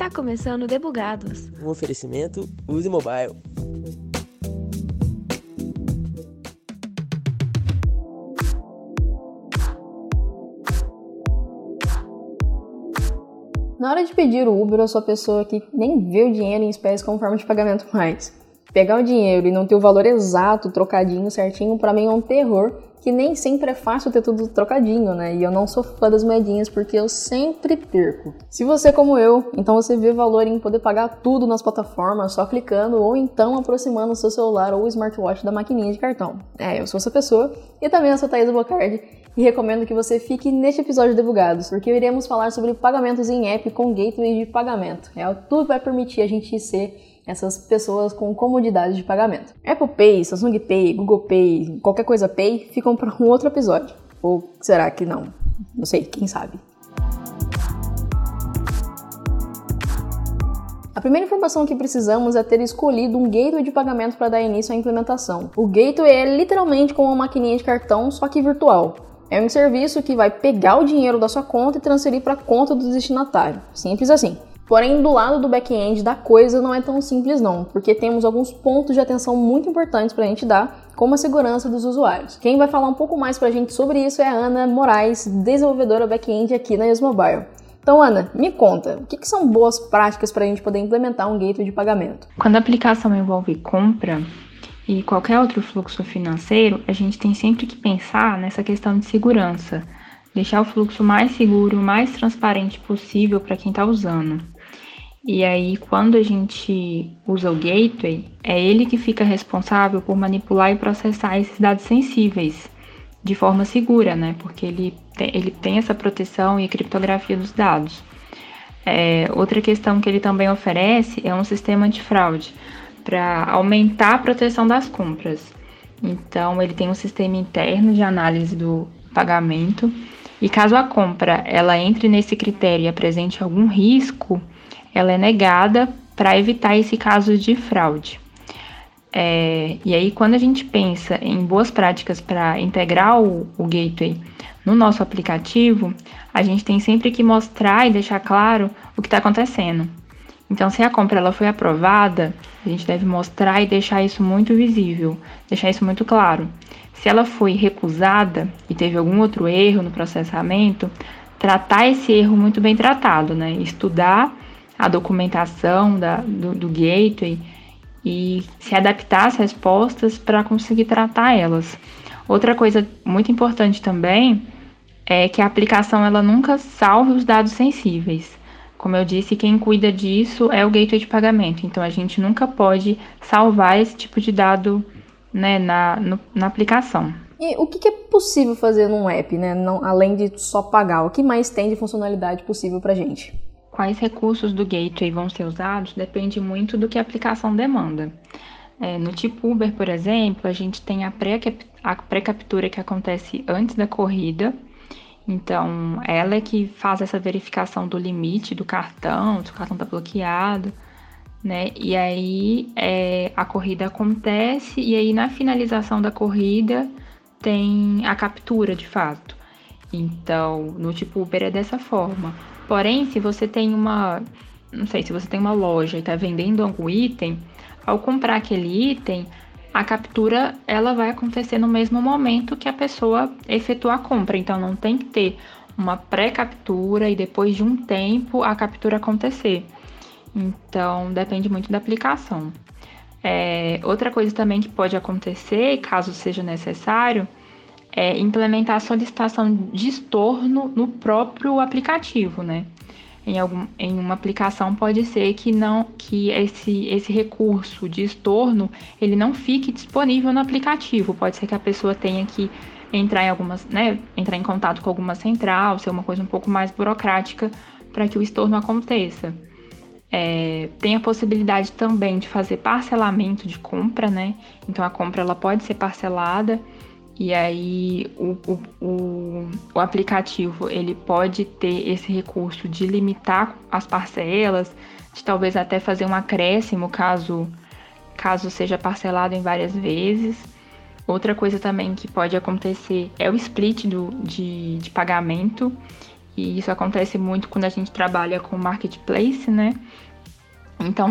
Está começando Debugados. Um oferecimento Use Mobile. Na hora de pedir o Uber, eu sou a pessoa que nem vê o dinheiro em espécie como forma de pagamento mais. Pegar o dinheiro e não ter o valor exato, trocadinho, certinho, pra mim é um terror, que nem sempre é fácil ter tudo trocadinho, né? E eu não sou fã das moedinhas porque eu sempre perco. Se você é como eu, então você vê valor em poder pagar tudo nas plataformas só clicando ou então aproximando o seu celular ou o smartwatch da maquininha de cartão. Eu sou essa pessoa e também eu sou Thaisa Bocardi e recomendo que você fique neste episódio de Debugados, porque iremos falar sobre pagamentos em app com gateway de pagamento. Tudo vai permitir a gente ser essas pessoas com comodidade de pagamento. Apple Pay, Samsung Pay, Google Pay, qualquer coisa Pay, ficam para um outro episódio. Ou será que não? Não sei, quem sabe. A primeira informação que precisamos é ter escolhido um gateway de pagamento para dar início à implementação. O gateway é literalmente como uma maquininha de cartão, só que virtual. É um serviço que vai pegar o dinheiro da sua conta e transferir para a conta do destinatário. Simples assim. Porém, do lado do back-end da coisa não é tão simples não, porque temos alguns pontos de atenção muito importantes para a gente dar, como a segurança dos usuários. Quem vai falar um pouco mais para a gente sobre isso é a Ana Moraes, desenvolvedora back-end aqui na Use Mobile. Então, Ana, me conta, o que são boas práticas para a gente poder implementar um gateway de pagamento? Quando a aplicação envolve compra e qualquer outro fluxo financeiro, a gente tem sempre que pensar nessa questão de segurança, deixar o fluxo mais seguro, mais transparente possível para quem está usando. E aí, quando a gente usa o gateway, é ele que fica responsável por manipular e processar esses dados sensíveis de forma segura, né? Porque ele tem essa proteção e criptografia dos dados. Outra questão que ele também oferece é um sistema antifraude para aumentar a proteção das compras. Então, ele tem um sistema interno de análise do pagamento e caso a compra ela entre nesse critério e apresente algum risco, ela é negada para evitar esse caso de fraude. E aí, quando a gente pensa em boas práticas para integrar o gateway no nosso aplicativo, a gente tem sempre que mostrar e deixar claro o que está acontecendo. Então, se a compra ela foi aprovada, a gente deve mostrar e deixar isso muito visível, deixar isso muito claro. Se ela foi recusada e teve algum outro erro no processamento, tratar esse erro muito bem tratado, né? Estudar a documentação do gateway e se adaptar às respostas para conseguir tratar elas. Outra coisa muito importante também é que a aplicação ela nunca salve os dados sensíveis. Como eu disse, quem cuida disso é o gateway de pagamento. Então, a gente nunca pode salvar esse tipo de dado, né, na aplicação. E o que é possível fazer num app, né? Não, além de só pagar? O que mais tem de funcionalidade possível para a gente? Quais recursos do gateway vão ser usados depende muito do que a aplicação demanda. No tipo Uber, por exemplo, a gente tem a pré-captura que acontece antes da corrida. Então, ela é que faz essa verificação do limite do cartão, se o cartão está bloqueado, né? E aí a corrida acontece e aí na finalização da corrida tem a captura de fato. Então, no tipo Uber é dessa forma. Porém, se você tem uma loja e está vendendo algum item, ao comprar aquele item, a captura ela vai acontecer no mesmo momento que a pessoa efetua a compra. Então, não tem que ter uma pré-captura e depois de um tempo a captura acontecer. Então, depende muito da aplicação. Outra coisa também que pode acontecer, caso seja necessário, é implementar a solicitação de estorno no próprio aplicativo, né? Em uma aplicação pode ser que esse recurso de estorno ele não fique disponível no aplicativo. Pode ser que a pessoa tenha que entrar em contato com alguma central, ser uma coisa um pouco mais burocrática para que o estorno aconteça. Tem a possibilidade também de fazer parcelamento de compra, né? Então a compra ela pode ser parcelada. E aí o aplicativo ele pode ter esse recurso de limitar as parcelas, de talvez até fazer um acréscimo caso seja parcelado em várias vezes. Outra coisa também que pode acontecer é o split de pagamento. e isso acontece muito quando a gente trabalha com marketplace, né? Então,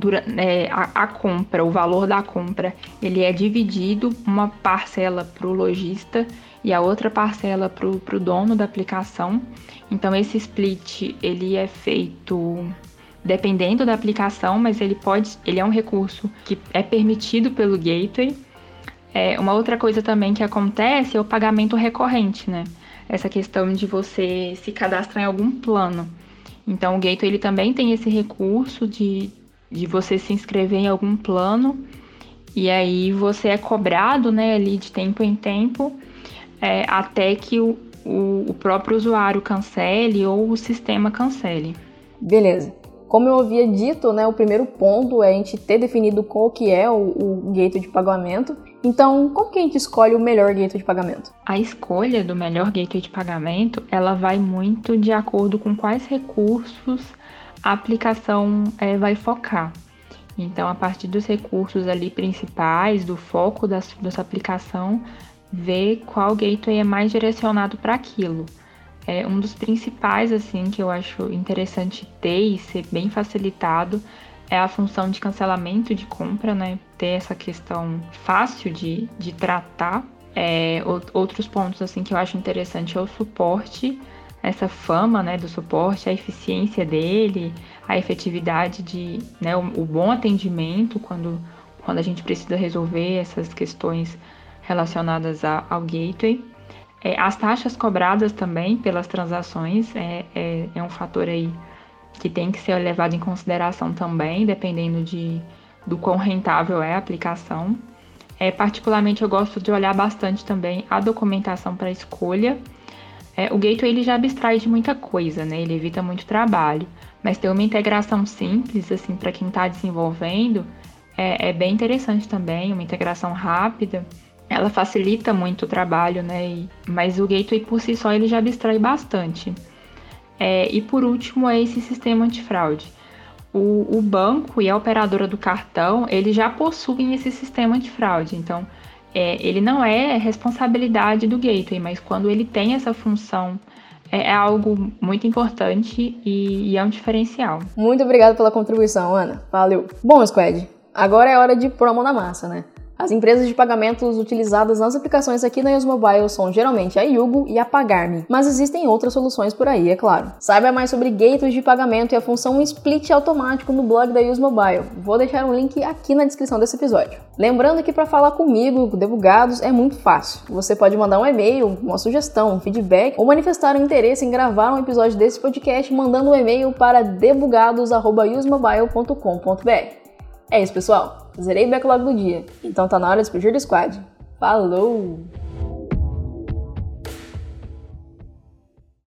a compra, o valor da compra, ele é dividido, uma parcela para o lojista e a outra parcela para o dono da aplicação. Então, esse split, ele é feito dependendo da aplicação, mas ele é um recurso que é permitido pelo gateway. Uma outra coisa também que acontece é o pagamento recorrente, né? Essa questão de você se cadastrar em algum plano. Então, o gateway ele também tem esse recurso de você se inscrever em algum plano e aí você é cobrado, né, ali de tempo em tempo até que o próprio usuário cancele ou o sistema cancele. Beleza. Como eu havia dito, né, o primeiro ponto é a gente ter definido qual que é o gateway de pagamento. Então, como que a gente escolhe o melhor gateway de pagamento? A escolha do melhor gateway de pagamento, ela vai muito de acordo com quais recursos a aplicação vai focar. Então, a partir dos recursos ali principais, do foco dessa aplicação, ver qual gateway é mais direcionado para aquilo. Um dos principais, assim, que eu acho interessante ter e ser bem facilitado é a função de cancelamento de compra, né? Ter essa questão fácil de tratar. Outros pontos, assim, que eu acho interessante é o suporte, essa fama, né, do suporte, a eficiência dele, a efetividade né, o bom atendimento quando a gente precisa resolver essas questões relacionadas ao gateway. As taxas cobradas também pelas transações é um fator aí que tem que ser levado em consideração também, dependendo do quão rentável é a aplicação. Particularmente, eu gosto de olhar bastante também a documentação para escolha. O gateway ele já abstrai de muita coisa, né? Ele evita muito trabalho, mas ter uma integração simples, assim, para quem está desenvolvendo, é bem interessante também, uma integração rápida. Ela facilita muito o trabalho, né? Mas o gateway por si só ele já abstrai bastante. E por último é esse sistema antifraude. O banco e a operadora do cartão, eles já possuem esse sistema antifraude. Então, ele não é responsabilidade do gateway, mas quando ele tem essa função, é algo muito importante e é um diferencial. Muito obrigado pela contribuição, Ana. Valeu. Bom, Squad, agora é hora de pôr a mão na massa, né? As empresas de pagamentos utilizadas nas aplicações aqui na Usmobile são geralmente a Yugo e a Pagar.me, mas existem outras soluções por aí, é claro. Saiba mais sobre gateways de pagamento e a função split automático no blog da Usmobile. Vou deixar um link aqui na descrição desse episódio. Lembrando que para falar comigo, Debugados, é muito fácil. Você pode mandar um e-mail, uma sugestão, um feedback ou manifestar um interesse em gravar um episódio desse podcast mandando um e-mail para debugados@usmobile.com.br. É isso, pessoal. Zerei o backlog do dia, então tá na hora de despedir do squad. Falou!